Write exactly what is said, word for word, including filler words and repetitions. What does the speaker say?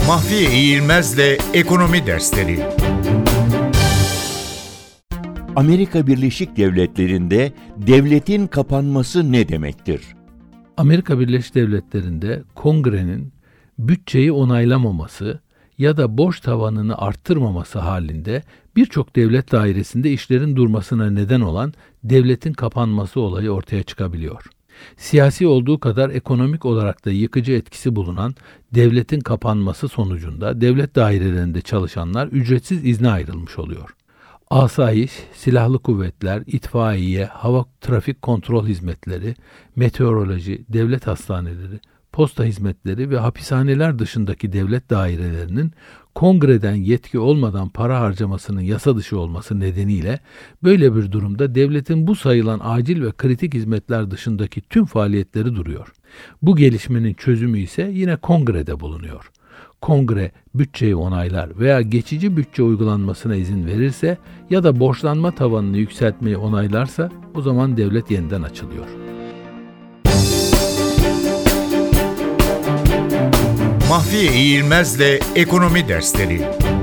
Mahfiye İğilmez'le Ekonomi Dersleri. Amerika Birleşik Devletleri'nde devletin kapanması ne demektir? Amerika Birleşik Devletleri'nde Kongre'nin bütçeyi onaylamaması ya da borç tavanını arttırmaması halinde birçok devlet dairesinde işlerin durmasına neden olan devletin kapanması olayı ortaya çıkabiliyor. Siyasi olduğu kadar ekonomik olarak da yıkıcı etkisi bulunan devletin kapanması sonucunda devlet dairelerinde çalışanlar ücretsiz izne ayrılmış oluyor. Asayiş, silahlı kuvvetler, itfaiye, hava trafik kontrol hizmetleri, meteoroloji, devlet hastaneleri, posta hizmetleri ve hapishaneler dışındaki devlet dairelerinin kongreden yetki olmadan para harcamasının yasa dışı olması nedeniyle böyle bir durumda devletin bu sayılan acil ve kritik hizmetler dışındaki tüm faaliyetleri duruyor. Bu gelişmenin çözümü ise yine kongrede bulunuyor. Kongre bütçeyi onaylar veya geçici bütçe uygulanmasına izin verirse ya da borçlanma tavanını yükseltmeyi onaylarsa o zaman devlet yeniden açılıyor. Mahfiye İğilmez'le Ekonomi Dersleri.